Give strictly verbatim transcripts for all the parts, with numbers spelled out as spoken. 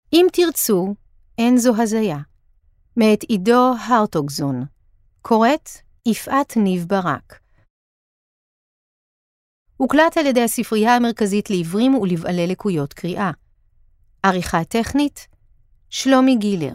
אם תרצו, אין זו הזיה. מאת עידו הרטוגזון. קוראת יפעת ניב ברק. הוקלט על ידי הספרייה המרכזית לעיוורים ולבעלי לקויות קריאה. עריכה טכנית, שלומי גילר.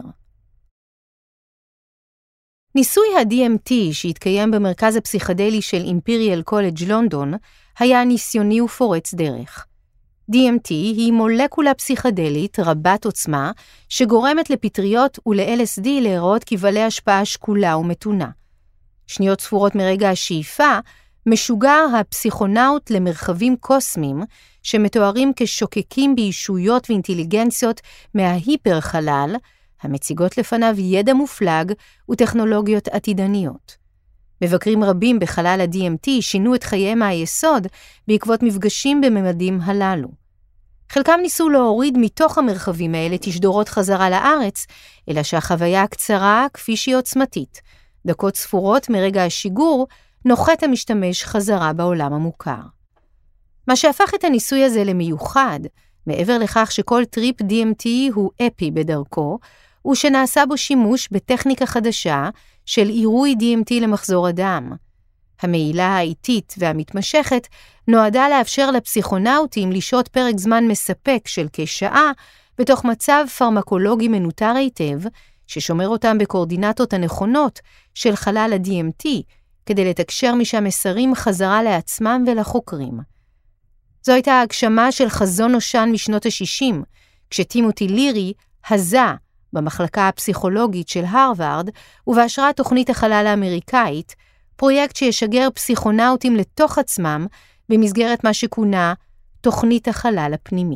ניסוי ה-די אם טי שהתקיים במרכז הפסיכדלי של אימפריאל קולג' לונדון היה ניסיוני ופורץ דרך. די אם טי היא מולקולה פסיכדלית רבת עוצמה שגורמת לפטריות ול-אל אס די להיראות כבעלי השפעה שקולה ומתונה. שניות ספורות מרגע השאיפה משוגר הפסיכונאוט למרחבים קוסמיים שמתוארים כשוקקים בישויות ואינטליגנציות מההיפר-חלל, המציגות לפניו ידע מופלג וטכנולוגיות עתידניות. מבקרים רבים בחלל ה-די אם טי שינו את חייהם מהיסוד בעקבות מפגשים בממדים הללו. חלקם ניסו להוריד מתוך המרחבים האלה תשדורות חזרה לארץ, אלא שהחוויה הקצרה כפי שהיא עוצמתית. דקות ספורות מרגע השיגור נוחת המשתמש חזרה בעולם המוכר. מה שהפך את הניסוי הזה למיוחד, מעבר לכך שכל טריפ די אם טי הוא אפי בדרכו, הוא שנעשה בו שימוש בטכניקה חדשה של עירוי די אם טי למחזור הדם. המעילה האיטית והמתמשכת נועדה לאפשר לפסיכונאוטים לשהות פרק זמן מספק של כשעה בתוך מצב פרמקולוגי מנוטר היטב, ששומר אותם בקורדינטות הנכונות של חלל ה-די אם טי, כדי לתקשר משם מסרים חזרה לעצמם ולחוקרים. זו הייתה הגשמה של חזון נושן משנות ה-שישים, כשטימותי לירי הזה במחלקה הפסיכולוגית של הרווארד, ובהשראת תוכנית החלל האמריקאית, פרויקט שישגר פסיכונאוטים לתוך עצמם במסגרת מה שכונה תוכנית החלל הפנימי.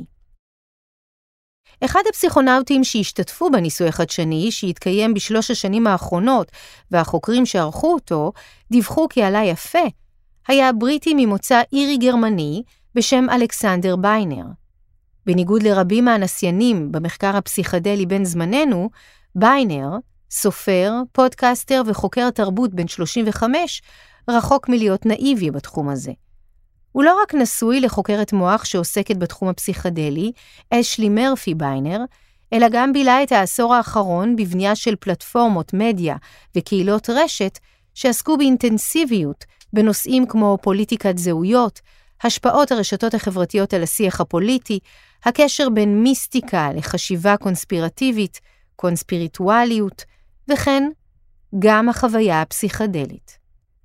אחד הפסיכונאוטים שהשתתפו בניסוי החדשני, שהתקיים בשלוש השנים האחרונות, והחוקרים שערכו אותו, דיווחו כי עלה יפה, היה בריטי ממוצא אירי גרמני בשם אלכסנדר ביינר. בניגוד לרבים מהנסיינים במחקר הפסיכדלי בין זמננו, ביינר, סופר, פודקאסטר וחוקר תרבות בן שלושים וחמש, רחוק מלהיות נאיבי בתחום הזה. הוא לא רק נשוי לחוקרת מוח שעוסקת בתחום הפסיכדלי, אשלי מרפי ביינר, אלא גם בילה את העשור האחרון בבנייה של פלטפורמות מדיה וקהילות רשת שעסקו באינטנסיביות בנושאים כמו פוליטיקת זהויות, השפעות הרשתות החברתיות על השיח הפוליטי, הקשר בין מיסטיקה לחשיבה קונספירטיבית, קונספיריטואליות, וכן גם החוויה הפסיכדלית.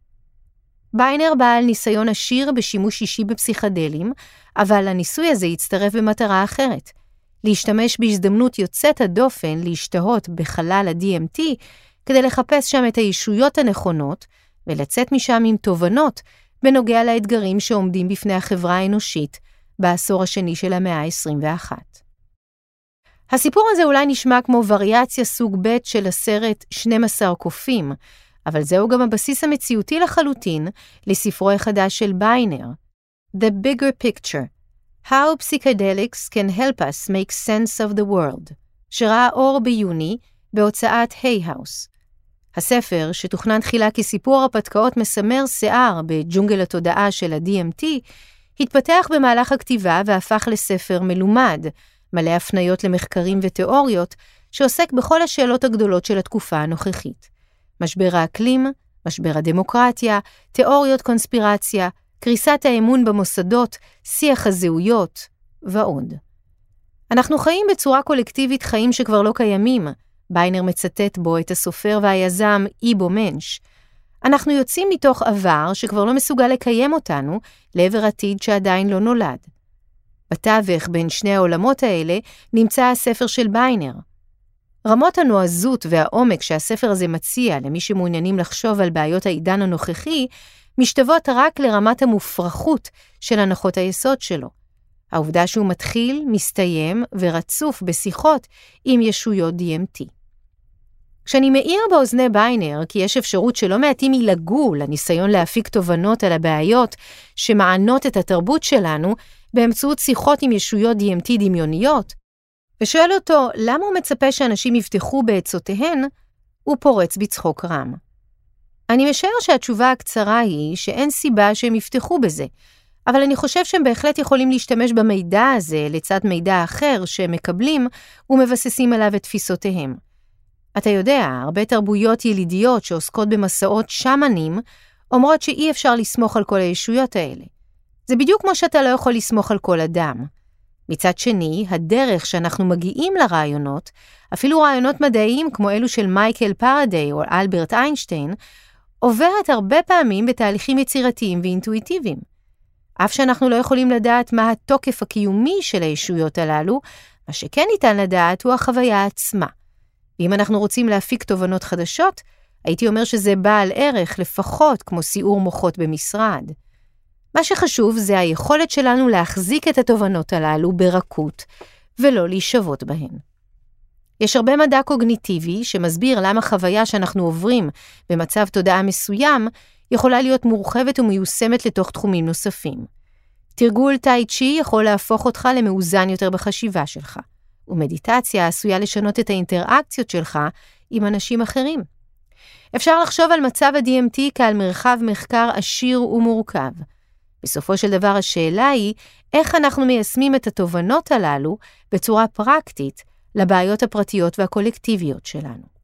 ביינר בעל ניסיון עשיר בשימוש אישי בפסיכדלים, אבל הניסוי הזה הצטרף במטרה אחרת, להשתמש בהזדמנות יוצאת הדופן להשתהות בחלל ה-די אם טי, כדי לחפש שם את הישויות הנכונות, ולצאת משם עם תובנות בנוגע לאתגרים שעומדים בפני החברה האנושית בעשור השני של המאה ה-עשרים ואחת. הסיפור הזה אולי נשמע כמו וריאציה סוג ב' של הסרט שנים עשר קופים, אבל זהו גם הבסיס המציאותי לחלוטין לספרו החדש של ביינר, The Bigger Picture, How Psychedelics Can Help Us Make Sense of the World, שראה אור ביוני בהוצאת הייהאוס. הספר, שתוכנן תחילה כסיפור הרפתקאות מסמר שיער בג'ונגל התודעה של ה-די אם טי, התפתח במהלך הכתיבה והפך לספר מלומד, מלא הפניות למחקרים ותיאוריות, שעוסק בכל השאלות הגדולות של התקופה הנוכחית. משבר האקלים, משבר הדמוקרטיה, תיאוריות קונספירציה, קריסת האמון במוסדות, שיח הזהויות ועוד. אנחנו חיים בצורה קולקטיבית חיים שכבר לא קיימים, ביינר מצטט בו את הסופר והיזם איבו מנש. אנחנו יוצאים מתוך עבר שכבר לא מסוגל לקיים אותנו לעבר עתיד שעדיין לא נולד. בתווך בין שני העולמות האלה נמצא הספר של ביינר. רמות הנועזות והעומק שהספר הזה מציע למי שמעוניינים לחשוב על בעיות העידן הנוכחי, משתוות רק לרמת המופרכות של הנחות היסוד שלו. העובדה שהוא מתחיל, מסתיים ורצוף בשיחות עם ישויות די אם טי. כשאני מאיר באוזני ביינר כי יש אפשרות שלא מעטים ילגו לניסיון להפיק תובנות על הבעיות שמענות את התרבות שלנו באמצעות שיחות עם ישויות די אם טי דמיוניות, ושואל אותו למה הוא מצפה שאנשים יפתחו בעצותיהן, הוא פורץ בצחוק רם. אני משער שהתשובה הקצרה היא שאין סיבה שהם יפתחו בזה, אבל אני חושב שהם בהחלט יכולים להשתמש במידע הזה לצד מידע אחר שהם מקבלים ומבססים עליו את תפיסותיהם. אתה יודע, הרבה תרבויות ילידיות שעוסקות במסעות שמנים אומרות שאי אפשר לסמוך על כל הישויות האלה. זה בדיוק כמו שאתה לא יכול לסמוך על כל אדם. מצד שני, הדרך שאנחנו מגיעים לרעיונות, אפילו רעיונות מדעיים כמו אלו של מייקל פארדיי או אלברט איינשטיין, עוברת הרבה פעמים בתהליכים יצירתיים ואינטואיטיביים. אף שאנחנו לא יכולים לדעת מה התוקף הקיומי של הישויות הללו, מה שכן ניתן לדעת הוא החוויה עצמה. ואם אנחנו רוצים להפיק תובנות חדשות, הייתי אומר שזה בעל ערך לפחות כמו סיעור מוחות במשרד. מה שחשוב זה היכולת שלנו להחזיק את התובנות הללו ברכות ולא להישבות בהן. יש הרבה מדע קוגניטיבי שמסביר למה חוויה שאנחנו עוברים במצב תודעה מסוים יכולה להיות מורחבת ומיושמת לתוך תחומים נוספים. תרגול טאי צ'י יכול להפוך אותך למאוזן יותר בחשיבה שלך, ומדיטציה עשויה לשנות את האינטראקציות שלך עם אנשים אחרים. אפשר לחשוב על מצב ה-די אם טי כעל מרחב מחקר עשיר ומורכב. בסופו של דבר השאלה היא איך אנחנו מיישמים את התובנות הללו בצורה פרקטית לבעיות הפרטיות והקולקטיביות שלנו.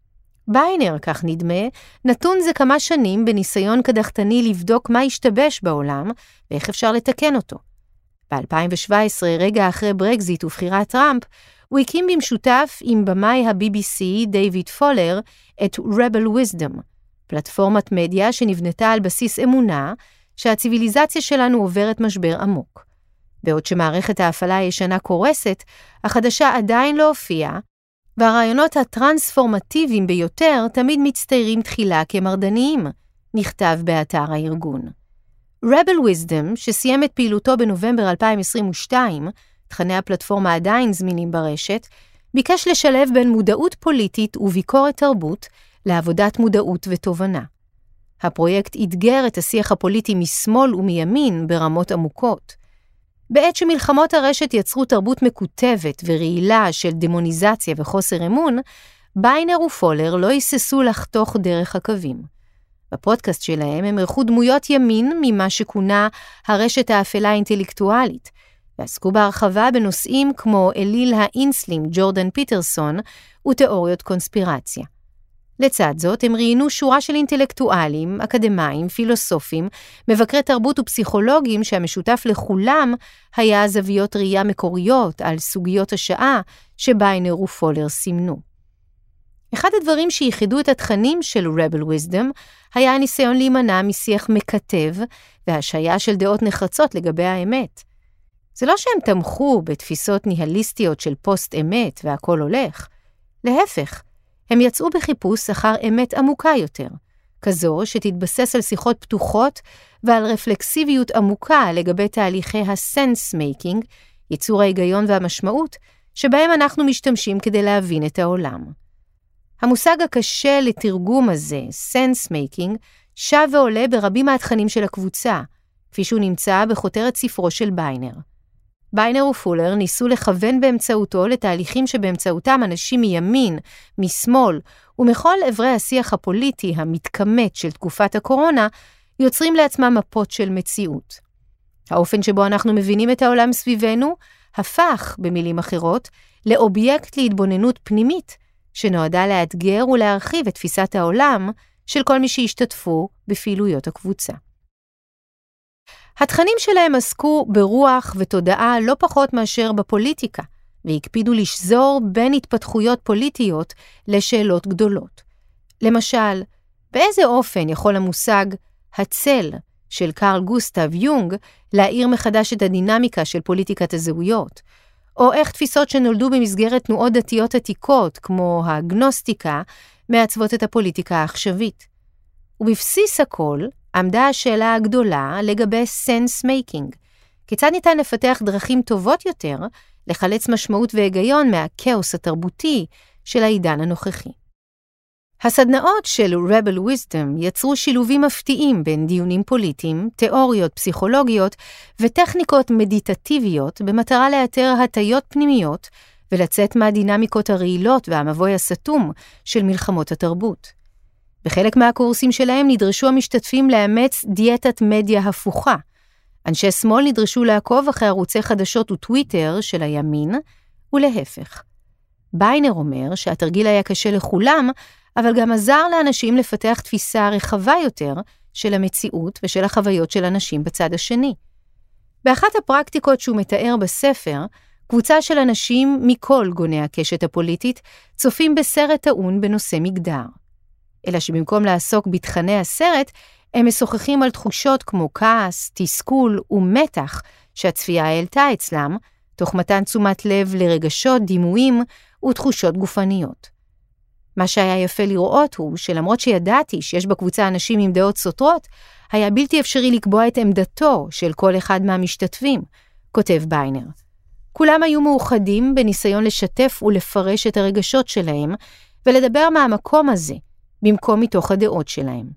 ביינר, כך נדמה, נתון זה כמה שנים בניסיון קדחתני לבדוק מה השתבש בעולם ואיך אפשר לתקן אותו. ב-אלפיים שבע עשרה, רגע אחרי ברקזיט ובחירת טראמפ, הוא הקים במשותף עם במאי ה-בי בי סי דיוויד פולר את Rebel Wisdom, פלטפורמת מדיה שנבנתה על בסיס אמונה שהציביליזציה שלנו עוברת משבר עמוק. בעוד שמערכת ההפעלה הישנה קורסת, החדשה עדיין לא הופיעה, והרעיונות הטרנספורמטיביים ביותר תמיד מצטיירים תחילה כמרדניים, נכתב באתר הארגון. Rebel Wisdom, שסיים את פעילותו בנובמבר אלפיים עשרים ושתיים, תכני הפלטפורמה עדיין זמינים ברשת, ביקש לשלב בין מודעות פוליטית וביקורת תרבות לעבודת מודעות ותובנה. הפרויקט אתגר את השיח הפוליטי משמאל ומימין ברמות עמוקות. בעת שמלחמות הרשת יצרו תרבות מקוטבת ורעילה של דמוניזציה וחוסר אמון, ביינר ופולר לא היססו לחתוך דרך הקווים. בפודקאסט שלהם הם ערכו דמויות ימין ממה שכונה הרשת האפלה האינטלקטואלית, ועסקו בהרחבה בנושאים כמו אליל האינסלים ג'ורדן פיטרסון ותיאוריות קונספירציה. לצד זאת, הם ראיינו שורה של אינטלקטואלים, אקדמיים, פילוסופים, מבקרי תרבות ופסיכולוגים שהמשותף לכולם היה זוויות ראייה מקוריות על סוגיות השעה שביינר ופולר סימנו. אחד הדברים שייחדו את התכנים של Rebel Wisdom היה הניסיון להימנע משיח מקטב והשהיה של דעות נחרצות לגבי האמת. זה לא שהם תמכו בתפיסות ניהליסטיות של פוסט אמת והכל הולך. להפך, הם יצאו בחיפוש אחר אמת עמוקה יותר, כזו שתתבסס על שיחות פתוחות ועל רפלקסיביות עמוקה לגבי תהליכי הסנס מייקינג, ייצור ההיגיון והמשמעות, שבהם אנחנו משתמשים כדי להבין את העולם. המושג הקשה לתרגום הזה, סנס מייקינג, שב ועולה ברבים מהתכנים של הקבוצה, כפי שהוא נמצא בכותרת ספרו של ביינר. ביינר ופולר ניסו לכוון באמצעותו לתהליכים שבאמצעותם אנשים מימין, משמאל ומכל עברי השיח הפוליטי המתקמת של תקופת הקורונה יוצרים לעצמם מפות של מציאות. האופן שבו אנחנו מבינים את העולם סביבנו הפך, במילים אחרות, לאובייקט להתבוננות פנימית שנועדה לאתגר ולהרחיב את תפיסת העולם של כל מי שהשתתפו בפעילויות הקבוצה. התכנים שלהם עסקו ברוח ותודעה לא פחות מאשר בפוליטיקה, והקפידו לשזור בין התפתחויות פוליטיות לשאלות גדולות. למשל, באיזה אופן יכול המושג הצל של קרל גוסטב יונג להאיר מחדש את הדינמיקה של פוליטיקת הזהויות, או איך תפיסות שנולדו במסגרת תנועות דתיות עתיקות, כמו האגנוסטיקה, מעצבות את הפוליטיקה העכשווית. ובבסיס הכל, עמדה השאלה הגדולה לגבי סנס מייקינג. כיצד ניתן לפתח דרכים טובות יותר לחלץ משמעות והיגיון מהכאוס התרבותי של העידן הנוכחי. הסדנאות של Rebel Wisdom יצרו שילובים מפתיעים בין דיונים פוליטיים, תיאוריות פסיכולוגיות וטכניקות מדיטטיביות במטרה לאתר הטיות פנימיות ולצאת מהדינמיקות הרעילות והמבוי הסתום של מלחמות התרבות. בחלק מהקורסים שלהם נדרשו המשתתפים לאמץ דיאטת מדיה הפוכה, אנשי שמאל נדרשו לעקוב אחרי ערוצי חדשות וטוויטר של הימין, ולהפך. ביינר אומר שהתרגיל היה קשה לכולם, אבל גם עזר לאנשים לפתח תפיסה רחבה יותר של המציאות ושל החוויות של אנשים בצד השני. באחת הפרקטיקות שהוא מתאר בספר, קבוצה של אנשים מכל גוני הקשת הפוליטית צופים בסרט טעון בנושא מגדר. אלא שבמקום לעסוק בתכני הסרט, הם משוחחים על תחושות כמו כעס, תסכול ומתח שהצפייה העלתה אצלם, תוך מתן תשומת לב לרגשות, דימויים ותחושות גופניות. מה שהיה יפה לראות הוא שלמרות שידעתי שיש בקבוצה אנשים עם דעות סותרות, היה בלתי אפשרי לקבוע את עמדתו של כל אחד מהמשתתפים, כותב ביינר. כולם היו מאוחדים בניסיון לשתף ולפרש את הרגשות שלהם, ולדבר מהמקום הזה, במקום מתוך הדעות שלהם.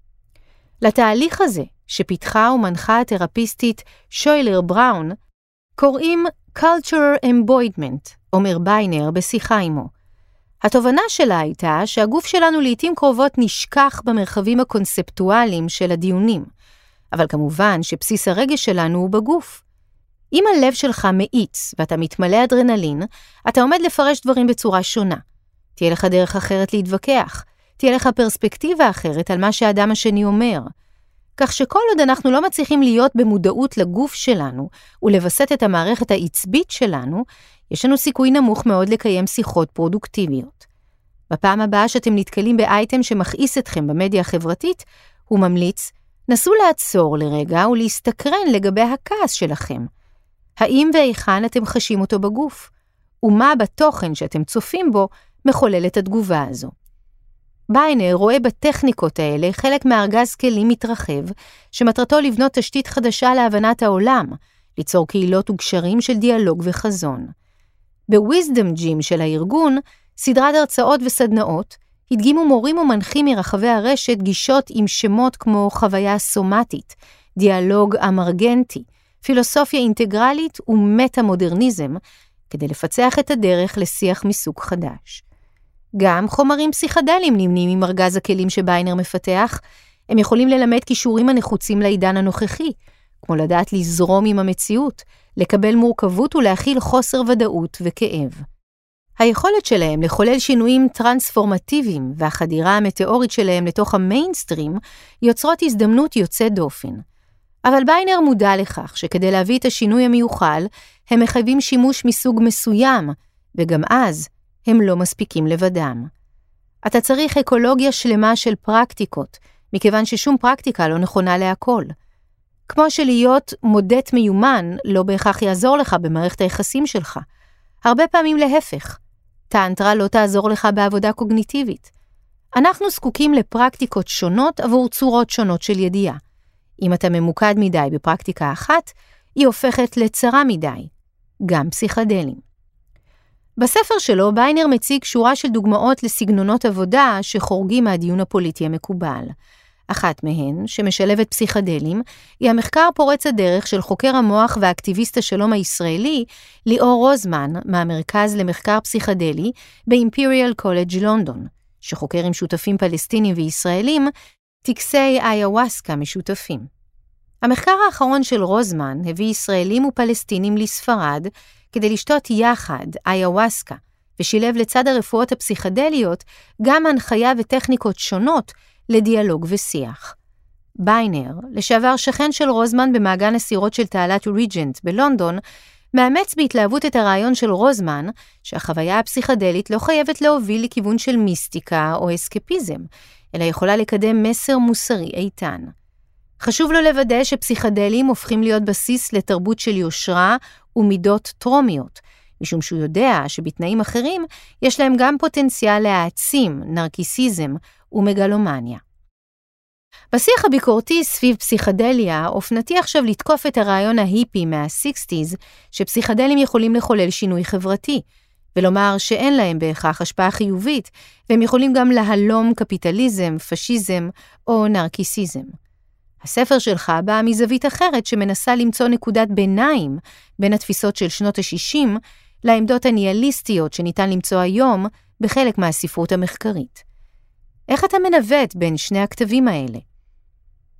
לתהליך הזה, שפיתחה ומנחה התרפיסטית שוילר בראון, קוראים Culture Embodiment, אומר ביינר בשיחה עמו. התובנה שלה הייתה שהגוף שלנו לעתים קרובות נשכח במרחבים הקונספטואליים של הדיונים, אבל כמובן שבסיס הרגש שלנו הוא בגוף. אם הלב שלך מאיץ ואתה מתמלא אדרנלין, אתה עומד לפרש דברים בצורה שונה. תהיה לך דרך אחרת להתווכח, תהיה לך פרספקטיבה אחרת על מה שהאדם השני אומר. כך שכל עוד אנחנו לא מצליחים להיות במודעות לגוף שלנו ולבסט את המערכת העצבית שלנו, יש לנו סיכוי נמוך מאוד לקיים שיחות פרודוקטיביות. בפעם הבאה שאתם נתקלים באייטם שמכעיס אתכם במדיה החברתית, הוא ממליץ, נסו לעצור לרגע ולהסתקרן לגבי הכעס שלכם. האם והיכן אתם חשים אותו בגוף? ומה בתוכן שאתם צופים בו מחולל את התגובה הזו? ביינר רואה בטכניקות האלה חלק מארגז כלים מתרחב, שמטרתו לבנות תשתית חדשה להבנת העולם, ליצור קהילות וגשרים של דיאלוג וחזון. בוויזדום ג'ים של הארגון, סדרת הרצאות וסדנאות, הדגימו מורים ומנחים מרחבי הרשת גישות עם שמות כמו חוויה סומטית, דיאלוג אמרגנטי, פילוסופיה אינטגרלית ומטה-מודרניזם, כדי לפצח את הדרך לשיח מסוג חדש. גם חומרים פסיכדליים נמנים עם ארגז הכלים שביינר מפתח, הם יכולים ללמד כישורים הנחוצים לעידן הנוכחי, כמו לדעת לזרום עם המציאות, לקבל מורכבות ולהכיל חוסר ודאות וכאב. היכולת שלהם לחולל שינויים טרנספורמטיביים והחדירה המטאורית שלהם לתוך המיינסטרים יוצרות הזדמנות יוצאת דופן. אבל ביינר מודע לכך שכדי להביא את השינוי המיוחל, הם מחייבים שימוש מסוג מסוים, וגם אז הם לא מספיקים לבדם. אתה צריך אקולוגיה שלמה של פרקטיקות, מכיוון ששום פרקטיקה לא נכונה להכל. כמו שלהיות מודט מיומן לא בהכרח יעזור לך במערכת היחסים שלך. הרבה פעמים להפך. טנטרה לא תעזור לך בעבודה קוגניטיבית. אנחנו זקוקים לפרקטיקות שונות עבור צורות שונות של ידיעה. אם אתה ממוקד מדי בפרקטיקה אחת, היא הופכת לצרה מדי, גם פסיכדלים. בספר שלו, ביינר מציג שורה של דוגמאות לסגנונות עבודה שחורגים מהדיון הפוליטי המקובל. אחת מהן, שמשלבת פסיכדלים, היא המחקר פורץ הדרך של חוקר המוח והאקטיביסט השלום הישראלי, ליאור רוזמן, מהמרכז למחקר פסיכדלי באימפריאל קולג' לונדון, שחוקר עם שותפים פלסטינים וישראלים, טקסי איוואסקה משותפים. המחקר האחרון של רוזמן הביא ישראלים ופלסטינים לספרד, כדי לשתות יחד איוואסקה, ושילב לצד הרפואות הפסיכדליות גם הנחיה וטכניקות שונות לדיאלוג ושיח. ביינר, לשעבר שכן של רוזמן במעגן הסירות של תעלת ריג'נט בלונדון, מאמץ בהתלהבות את הרעיון של רוזמן, שהחוויה הפסיכדלית לא חייבת להוביל לכיוון של מיסטיקה או אסקפיזם, אלא יכולה לקדם מסר מוסרי איתן. חשוב לו לוודא שפסיכדלים הופכים להיות בסיס לתרבות של יושרה ומידות טרומיות, משום שהוא יודע שבתנאים אחרים יש להם גם פוטנציאל להעצים נרקיסיזם ומגלומניה. בשיח הביקורתי סביב פסיכדליה, אופנתי עכשיו לתקוף את הרעיון ההיפי מה-שישים, שפסיכדלים יכולים לחולל שינוי חברתי, ולומר שאין להם בהכרח השפעה חיובית, והם יכולים גם להלום קפיטליזם, פשיזם או נרקיסיזם. הספר שלך בא מזווית אחרת שמנסה למצוא נקודת ביניים בין התפיסות של שנות ה-שישים לעמדות הניהליסטיות שניתן למצוא היום בחלק מהספרות המחקרית. איך אתה מנווט בין שני הכתבים האלה?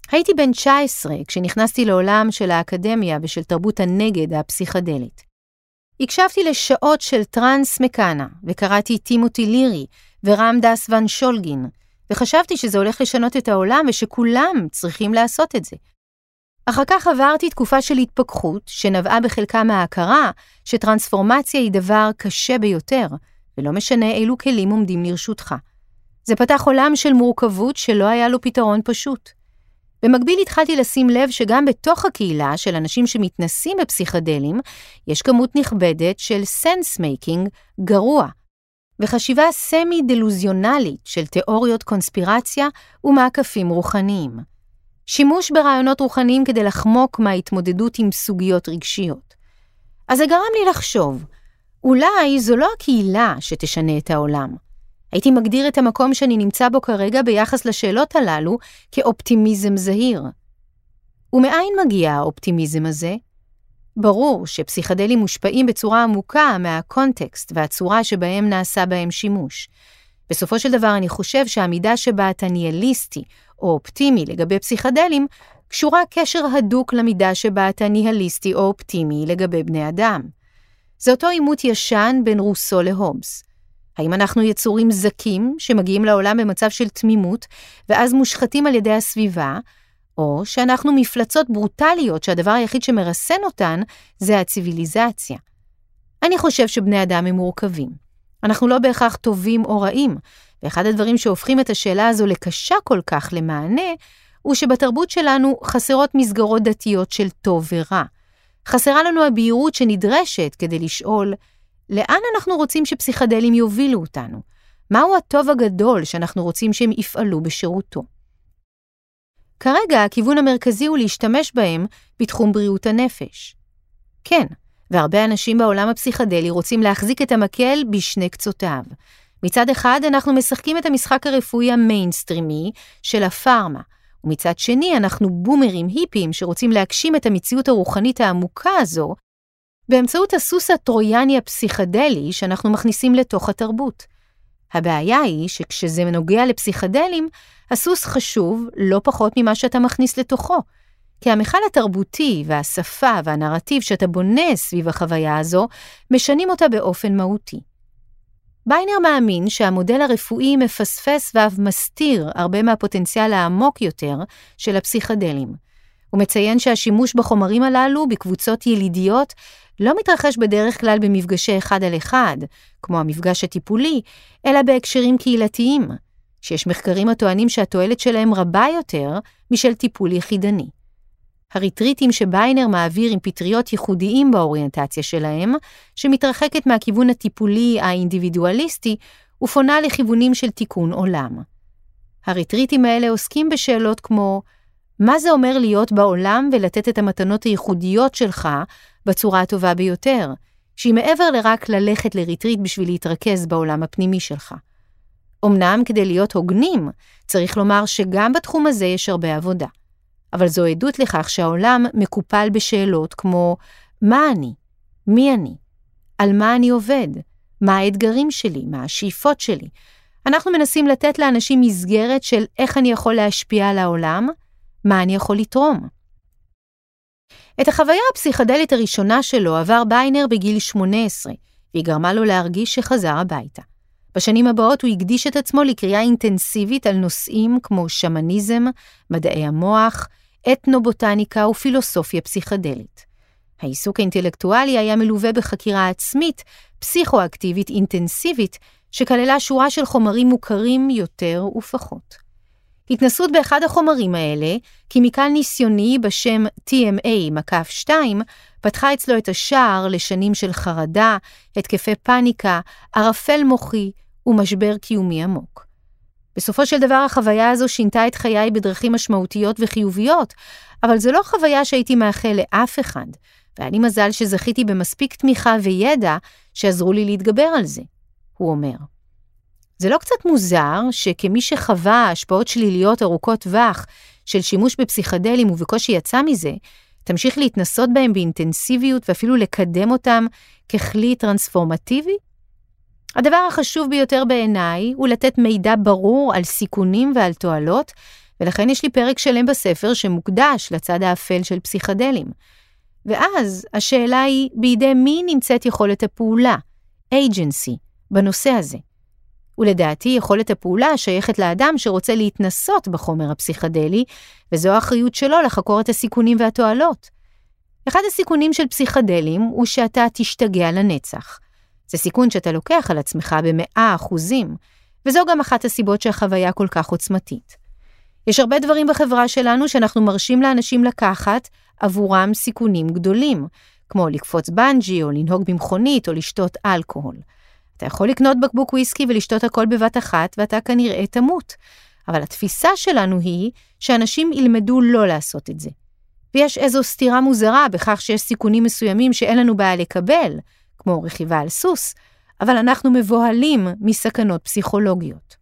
הייתי בן תשע עשרה כשנכנסתי לעולם של האקדמיה ושל תרבות הנגד הפסיכדלית. הקשבתי לשעות של טרנס מקאנה, וקראתי טימותי לירי ורמדס ון שולגין, וחשבתי שזה הולך לשנות את העולם ושכולם צריכים לעשות את זה. אחר כך עברתי תקופה של התפכחות שנבעה בחלקה מההכרה שטרנספורמציה היא דבר קשה ביותר, ולא משנה אילו כלים עומדים לרשותך. זה פתח עולם של מורכבות שלא היה לו פתרון פשוט. במקביל התחלתי לשים לב שגם בתוך הקהילה של אנשים שמתנסים בפסיכדלים, יש כמות נכבדת של סנס מייקינג גרוע, וחשיבה סמי-דלוזיונלית של תיאוריות קונספירציה ומעקפים רוחניים. שימוש ברעיונות רוחניים כדי לחמוק מההתמודדות עם סוגיות רגשיות. אז זה גרם לי לחשוב, אולי זו לא הקהילה שתשנה את העולם. הייתי מגדיר את המקום שאני נמצא בו כרגע ביחס לשאלות הללו כאופטימיזם זהיר. ומאין מגיע האופטימיזם הזה? ברור שפסיכדלים מושפעים בצורה עמוקה מהקונטקסט והצורה שבהם נעשה בהם שימוש. בסופו של דבר אני חושב שהעמידה שבה אתה ניהליסטי או אופטימי לגבי פסיכדלים קשורה קשר הדוק למידה שבה אתה ניהליסטי או אופטימי לגבי בני אדם. זה אותו עימות ישן בין רוסו להובס. האם אנחנו יצורים זקים שמגיעים לעולם במצב של תמימות ואז מושחתים על ידי הסביבה, או שאנחנו מפלצות ברוטליות שהדבר היחיד שמרסן אותן זה הציביליזציה. אני חושב שבני אדם הם מורכבים. אנחנו לא בהכרח טובים או רעים, ואחד הדברים שהופכים את השאלה הזו לקשה כל כך למענה, הוא שבתרבות שלנו חסרות מסגרות דתיות של טוב ורע. חסרה לנו הבהירות שנדרשת כדי לשאול, לאן אנחנו רוצים שפסיכדלים יובילו אותנו? מהו הטוב הגדול שאנחנו רוצים שהם יפעלו בשירותו? כרגע הכיוון המרכזי הוא להשתמש בהם בתחום בריאות הנפש. כן, והרבה אנשים בעולם הפסיכדלי רוצים להחזיק את המקל בשני קצותיו. מצד אחד אנחנו משחקים את המשחק הרפואי המיינסטרימי של הפארמה, ומצד שני אנחנו בומרים היפים שרוצים להגשים את המציאות הרוחנית העמוקה הזו, באמצעות הסוס הטרויאני הפסיכדלי שאנחנו מכניסים לתוך התרבות. הבעיה היא שכשזה מנוגע לפסיכדלים, הסוס חשוב לא פחות ממה שאתה מכניס לתוכו, כי המחל התרבותי והשפה והנרטיב שאתה בונה סביב החוויה הזו, משנים אותה באופן מהותי. ביינר מאמין שהמודל הרפואי מפספס ואף מסתיר הרבה מהפוטנציאל העמוק יותר של הפסיכדלים. הוא מציין שהשימוש בחומרים הללו בקבוצות ילידיות לא מתרחש בדרך כלל במפגשי אחד על אחד, כמו המפגש הטיפולי, אלא בהקשרים קהילתיים, שיש מחקרים הטוענים שהתועלת שלהם רבה יותר משל טיפול יחידני. הריטריטים שביינר מעביר עם פטריות ייחודיים באוריינטציה שלהם, שמתרחקת מהכיוון הטיפולי האינדיבידואליסטי, ופונה לכיוונים של תיקון עולם. הריטריטים האלה עוסקים בשאלות כמו, מה זה אומר להיות בעולם ולתת את המתנות הייחודיות שלך בצורה הטובה ביותר, שהיא מעבר לרק ללכת לריטריט בשביל להתרכז בעולם הפנימי שלך. אמנם כדי להיות הוגנים, צריך לומר שגם בתחום הזה יש הרבה עבודה. אבל זו עדות לכך שהעולם מקופל בשאלות כמו, מה אני? מי אני? על מה אני עובד? מה האתגרים שלי? מה השאיפות שלי? אנחנו מנסים לתת לאנשים מסגרת של איך אני יכול להשפיע על העולם, מה אני יכול לתרום. את החוויה הפסיכדלית הראשונה שלו עבר ביינר בגיל שמונה עשרה, והיא גרמה לו להרגיש שחזר הביתה. בשנים הבאות הוא הקדיש את עצמו לקריאה אינטנסיבית על נושאים כמו שמניזם, מדעי המוח, אתנובוטניקה ופילוסופיה פסיכדלית. העיסוק האינטלקטואלי היה מלווה בחקירה עצמית, פסיכואקטיבית אינטנסיבית, שכללה שורה של חומרים מוכרים יותר ופחות. התנסות באחד החומרים האלה, כימיקל ניסיוני בשם טי אם איי מקף שתיים, פתחה אצלו את השער לשנים של חרדה, התקפי פאניקה, ערפל מוחי ומשבר קיומי עמוק. בסופו של דבר החוויה הזו שינתה את חיי בדרכים משמעותיות וחיוביות, אבל זו לא חוויה שהייתי מאחל לאף אחד, והיה לי מזל שזכיתי במספיק תמיכה וידע שעזרו לי להתגבר על זה, הוא אומר. זה לא קצת מוזר שכמי שחווה השפעות שליליות ארוכות טווח של שימוש בפסיכדלים ובקושי יצא מזה, תמשיך להתנסות בהם באינטנסיביות ואפילו לקדם אותם ככלי טרנספורמטיבי? הדבר החשוב ביותר בעיניי הוא לתת מידע ברור על סיכונים ועל תועלות, ולכן יש לי פרק שלם בספר שמוקדש לצד האפל של פסיכדלים. ואז השאלה היא, בידי מי נמצאת יכולת הפעולה, agency, בנושא הזה? ולדעתי יכולת הפעולה שייכת לאדם שרוצה להתנסות בחומר הפסיכדלי, וזו האחריות שלו לחקור את הסיכונים והתועלות. אחד הסיכונים של פסיכדלים הוא שאתה תשתגע לנצח. זה סיכון שאתה לוקח על עצמך במאה אחוזים, וזו גם אחת הסיבות שהחוויה כל כך עוצמתית. יש הרבה דברים בחברה שלנו שאנחנו מרשים לאנשים לקחת עבורם סיכונים גדולים, כמו לקפוץ בנג'י או לנהוג במכונית או לשתות אלכוהול. אתה יכול לקנות בקבוק וויסקי ולשתות הכל בבת אחת, ואתה כנראה תמות. אבל התפיסה שלנו היא שאנשים ילמדו לא לעשות את זה. ויש איזו סתירה מוזרה בכך שיש סיכונים מסוימים שאין לנו בעיה לקבל, כמו רכיבה על סוס, אבל אנחנו מבוהלים מסכנות פסיכולוגיות.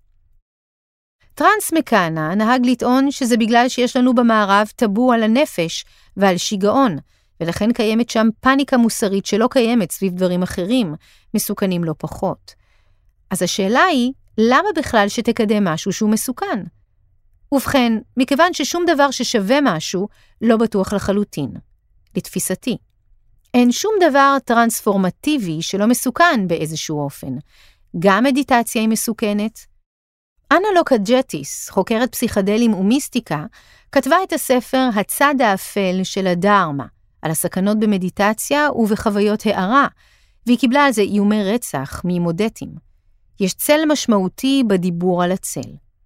טרנס מקאנה נהג לטעון שזה בגלל שיש לנו במערב טאבו על הנפש ועל שיגעון, ולכן קיימת שם פאניקה מוסרית שלא קיימת סביב דברים אחרים, מסוכנים לא פחות. אז השאלה היא, למה בכלל שתקדם משהו שהוא מסוכן? ובכן, מכיוון ששום דבר ששווה משהו לא בטוח לחלוטין. לתפיסתי. אין שום דבר טרנספורמטיבי שלא מסוכן באיזשהו אופן. גם מדיטציה היא מסוכנת. אנה לוקה-ג'טיס, חוקרת פסיכדלים ומיסטיקה, כתבה את הספר הצד האפל של הדרמה, על הסכנות במדיטציה ובחוויות הערה, והיא קיבלה על זה איומי רצח ממודטים. יש צל משמעותי בדיבור על הצל.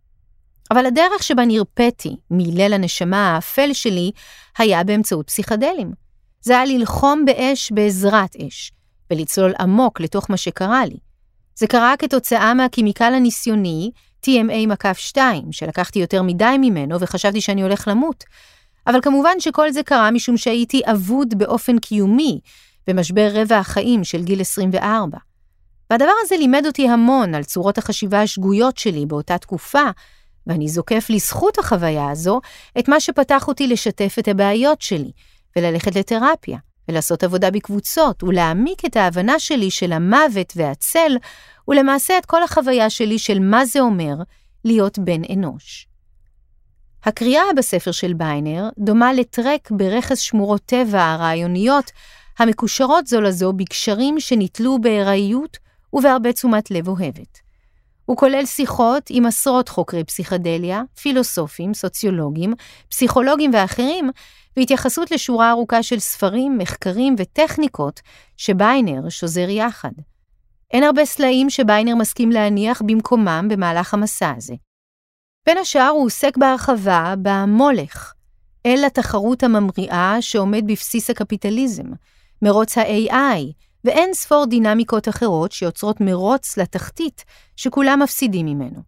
אבל הדרך שבה נרפאתי מליל הנשמה האפל שלי היה באמצעות פסיכדלים. זה היה ללחום באש בעזרת אש, ולצלול עמוק לתוך מה שקרה לי. זה קרה כתוצאה מהכימיקל הניסיוני טי אם איי שתיים, שלקחתי יותר מדי ממנו וחשבתי שאני הולך למות. אבל כמובן שכל זה קרה משום שהייתי אבוד באופן קיומי, במשבר רבע החיים של גיל עשרים וארבע. והדבר הזה לימד אותי המון על צורות החשיבה השגויות שלי באותה תקופה, ואני זוקף לזכות החוויה הזו את מה שפתח אותי לשתף את הבעיות שלי, וללכת לתרפיה, ולעשות עבודה בקבוצות, ולהעמיק את ההבנה שלי של המוות והצל, ולמעשה את כל החוויה שלי של מה זה אומר להיות בן אנוש. הקריאה בספר של ביינר דומה לטרק ברכס שמורות טבע הרעיוניות, המקושרות זו לזו בקשרים שניטלו בהיראיות ובהרבה תשומת לב אוהבת. הוא כולל שיחות עם עשרות חוקרי פסיכדליה, פילוסופים, סוציולוגים, פסיכולוגים ואחרים, והתייחסות לשורה ארוכה של ספרים, מחקרים וטכניקות שביינר שוזר יחד. אין הרבה סלעים שביינר מסכים להניח במקומם במהלך המסע הזה. בין השאר הוא עוסק בהרחבה במולך, אל התחרות הממריאה שעומד בבסיס הקפיטליזם, מרוץ ה-איי איי, ואין ספור דינמיקות אחרות שיוצרות מרוץ לתחתית שכולם מפסידים ממנו.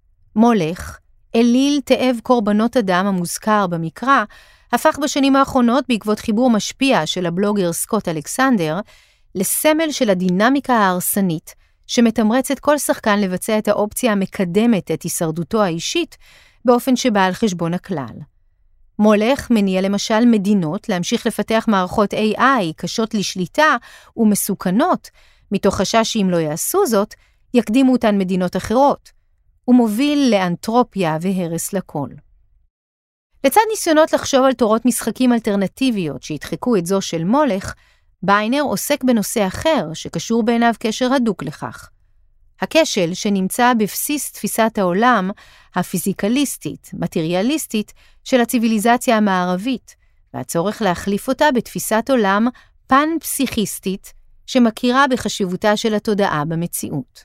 מולך, אליל תאב קורבנות אדם המוזכר במקרא, הפך בשנים האחרונות בעקבות חיבור משפיע של הבלוגר סקוט אלכסנדר, לסמל של הדינמיקה ההרסנית, שמתמרצת כל שחקן לבצע את האופציה המקדמת את הישרדותו האישית, באופן שבא על חשבון הכלל. מולך מניע למשל מדינות להמשיך לפתח מערכות איי איי קשות לשליטה ומסוכנות, מתוך חשש שאם לא יעשו זאת, יקדימו אותן מדינות אחרות. הוא מוביל לאנטרופיה והרס לכל. לצד ניסיונות לחשוב על תורות משחקים אלטרנטיביות שהדחקו את זו של מולך, ביינר עוסק בנושא אחר שקשור בעיניו קשר הדוק לכך. הכשל שנמצא בבסיס תפיסת העולם הפיזיקליסטית, מטריאליסטית של הציביליזציה המערבית, והצורך להחליף אותה בתפיסת עולם פן-פסיכיסטית שמכירה בחשיבותה של התודעה במציאות.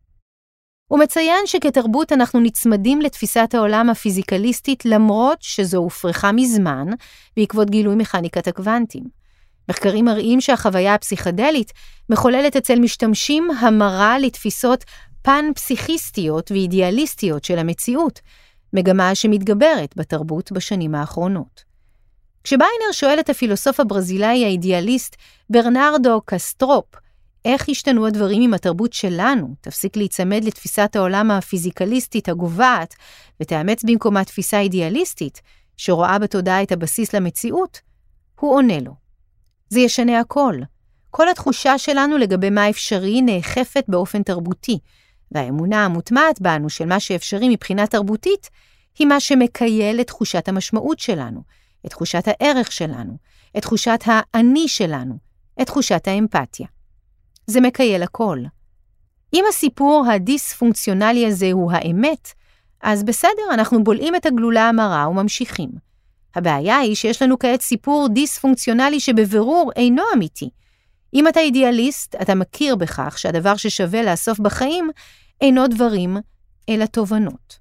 הוא מציין שכתרבות אנחנו נצמדים לתפיסת העולם הפיזיקליסטית למרות שזו הופרכה מזמן בעקבות גילוי מכניקת הקוונטים. מחקרים מראים שהחוויה הפסיכדלית מחוללת אצל משתמשים המרה לתפיסות פן-פסיכיסטיות ואידיאליסטיות של המציאות, מגמה שמתגברת בתרבות בשנים האחרונות. כשביינר שואל את הפילוסוף הברזילאי האידיאליסט ברנרדו קסטרופ, איך השתנו הדברים עם התרבות שלנו, תפסיק להיצמד לתפיסת העולם הפיזיקליסטית הגובעת, ותאמץ במקומה תפיסה אידיאליסטית, שרואה בתודעה את הבסיס למציאות, הוא עונה לו. זה ישנה הכל. כל התחושה שלנו לגבי מה אפשרי נאכפת באופן תרבותי, והאמונה המוטמעת בנו של מה שאפשרי מבחינה תרבותית, היא מה שמקייל את תחושת המשמעות שלנו, את תחושת הערך שלנו, את תחושת האני שלנו, את תחושת האמפתיה. זה מקייל הכל. אם הסיפור הדיספונקציונלי הזה הוא האמת, אז בסדר, אנחנו בולעים את הגלולה המרה וממשיכים. הבעיה היא שיש לנו כעת סיפור דיספונקציונלי שבבירור אינו אמיתי. אם אתה אידיאליסט, אתה מכיר בכך שהדבר ששווה לאסוף בחיים אינו דברים, אלא תובנות.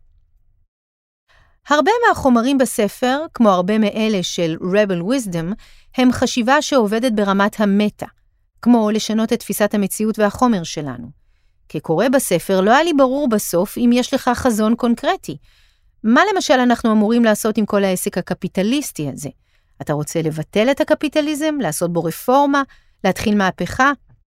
הרבה מהחומרים בספר, כמו הרבה מאלה של Rebel Wisdom, הם חשיבה שעובדת ברמת המטה, כמו לשנות את תפיסת המציאות והחומר שלנו. כקורא בספר, לא היה לי ברור בסוף אם יש לך חזון קונקרטי. מה למשל אנחנו אמורים לעשות עם כל העסק הקפיטליסטי הזה? אתה רוצה לבטל את הקפיטליזם, לעשות בו רפורמה, להתחיל מהפכה?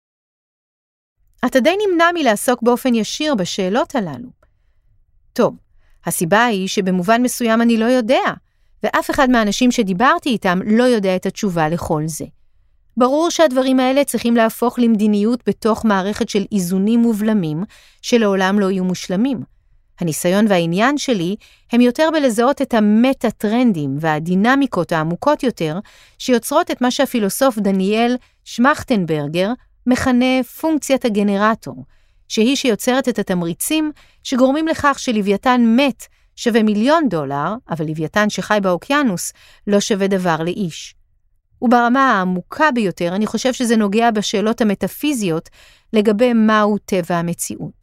אתה די נמנע מלעסוק באופן ישיר בשאלות הללו. טוב, הסיבה היא שבמובן מסוים אני לא יודע, ואף אחד מהאנשים שדיברתי איתם לא יודע את התשובה לכל זה. ברור שהדברים האלה צריכים להפוך למדיניות בתוך מערכת של איזונים ובלמים, שלעולם לא יהיו מושלמים. הניסיון והעניין שלי הם יותר בלזהות את המטה-טרנדים והדינמיקות העמוקות יותר, שיוצרות את מה שהפילוסוף דניאל שמכטנברגר מכנה פונקציית הגנרטור, שהיא שיוצרת את התמריצים שגורמים לכך שלוויתן מת שווה מיליון דולר, אבל לוויתן שחי באוקיינוס לא שווה דבר לאיש. וברמה העמוקה ביותר אני חושב שזה נוגע בשאלות המטאפיזיות לגבי מהו טבע המציאות.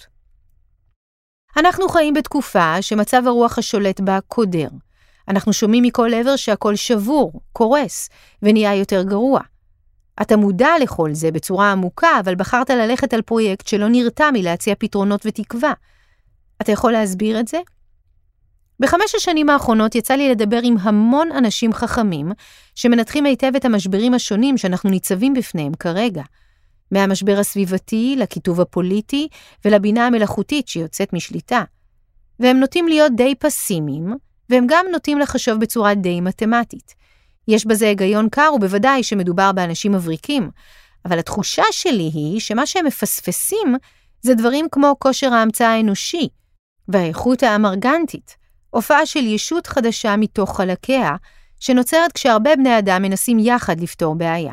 אנחנו חיים בתקופה שמצב הרוח השולט בה קודר. אנחנו שומעים מכל עבר שהכל שבור, קורס, ונהיה יותר גרוע. אתה מודע לכל זה בצורה עמוקה, אבל בחרת ללכת על פרויקט שלא נרתע מלהציע פתרונות ותקווה. אתה יכול להסביר את זה? בחמש השנים האחרונות יצא לי לדבר עם המון אנשים חכמים שמנתחים היטב את המשברים השונים שאנחנו ניצבים בפניהם כרגע. מהמשבר הסביבתי לכיתוב הפוליטי ולבינה המלאכותית שיוצאת משליטה. והם נוטים להיות די פסימיים, והם גם נוטים לחשוב בצורה די מתמטית. יש בזה היגיון קר ובוודאי שמדובר באנשים מבריקים, אבל התחושה שלי היא שמה שהם מפספסים זה דברים כמו כושר ההמצאה האנושי, והאיכות האמרגנטית, הופעה של ישות חדשה מתוך חלקיה, שנוצרת כשהרבה בני אדם מנסים יחד לפתור בעיה.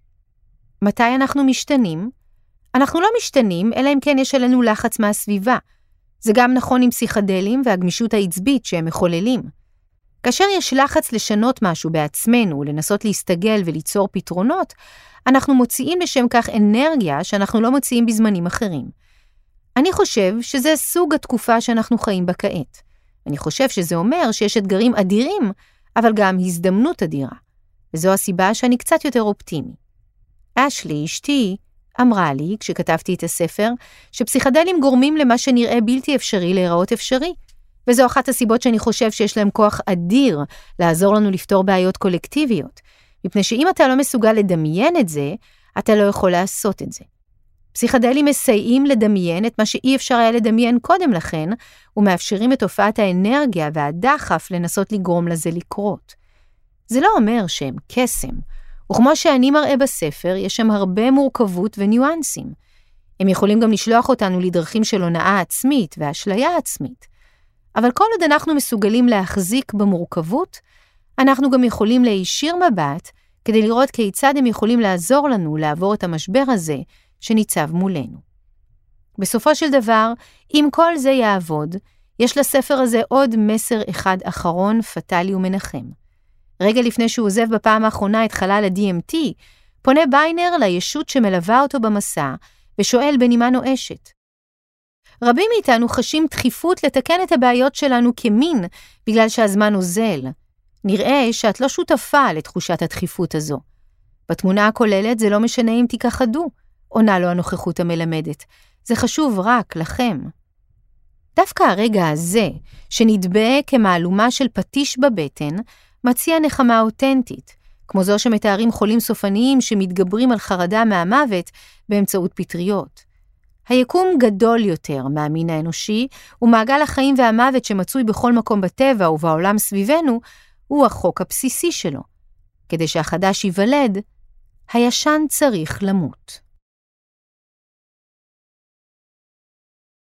מתי אנחנו משתנים? אנחנו לא משתנים, אלא אם כן יש עלינו לחץ מהסביבה. זה גם נכון עם פסיכדלים והגמישות העצבית שהם מחוללים. כאשר יש לחץ לשנות משהו בעצמנו, לנסות להסתגל וליצור פתרונות, אנחנו מוציאים לשם כך אנרגיה שאנחנו לא מוציאים בזמנים אחרים. אני חושב שזה סוג התקופה שאנחנו חיים בה כעת. אני חושב שזה אומר שיש אתגרים אדירים, אבל גם הזדמנות אדירה. וזו הסיבה שאני קצת יותר אופטימי. אשלי, אשתי, אמרה לי, כשכתבתי את הספר, שפסיכדלים גורמים למה שנראה בלתי אפשרי להיראות אפשרי. וזו אחת הסיבות שאני חושב שיש להם כוח אדיר לעזור לנו לפתור בעיות קולקטיביות. מפני שאם אתה לא מסוגל לדמיין את זה, אתה לא יכול לעשות את זה. פסיכדלים מסייעים לדמיין את מה שאי אפשר היה לדמיין קודם לכן, ומאפשרים את הופעת האנרגיה והדחף לנסות לגרום לזה לקרות. זה לא אומר שהם קסם, וכמו שאני מראה בספר, יש שם הרבה מורכבות וניואנסים. הם יכולים גם לשלוח אותנו לדרכים של הונאה עצמית והשליה עצמית. אבל כל עוד אנחנו מסוגלים להחזיק במורכבות, אנחנו גם יכולים להישיר מבט כדי לראות כיצד הם יכולים לעזור לנו לעבור את המשבר הזה שניצב מולנו. בסופו של דבר, אם כל זה יעבוד, יש לספר הזה עוד מסר אחד אחרון, פטלי ומנחם. רגע לפני שהוא עוזב בפעם האחרונה את חלל ה-די אם טי, פונה ביינר לישות שמלווה אותו במסע ושואל בנימה נואשת. רבים מאיתנו חשים דחיפות לתקן את הבעיות שלנו כמין בגלל שהזמן אוזל. נראה שאת לא שותפה לתחושת הדחיפות הזו. בתמונה הכוללת זה לא משנה אם תיכחדו, עונה לו הנוכחות המלמדת. זה חשוב רק לכם. דווקא הרגע הזה, שנדבה כמעלומה של פטיש בבטן, מציע נחמה אותנטית, כמו זו שמתארים חולים סופניים שמתגברים על חרדה מהמוות באמצעות פטריות. היקום גדול יותר מהמין האנושי, ומעגל החיים והמוות שמצוי בכל מקום בטבע ובעולם סביבנו, הוא החוק הבסיסי שלו. כדי שהחדש ייוולד, הישן צריך למות.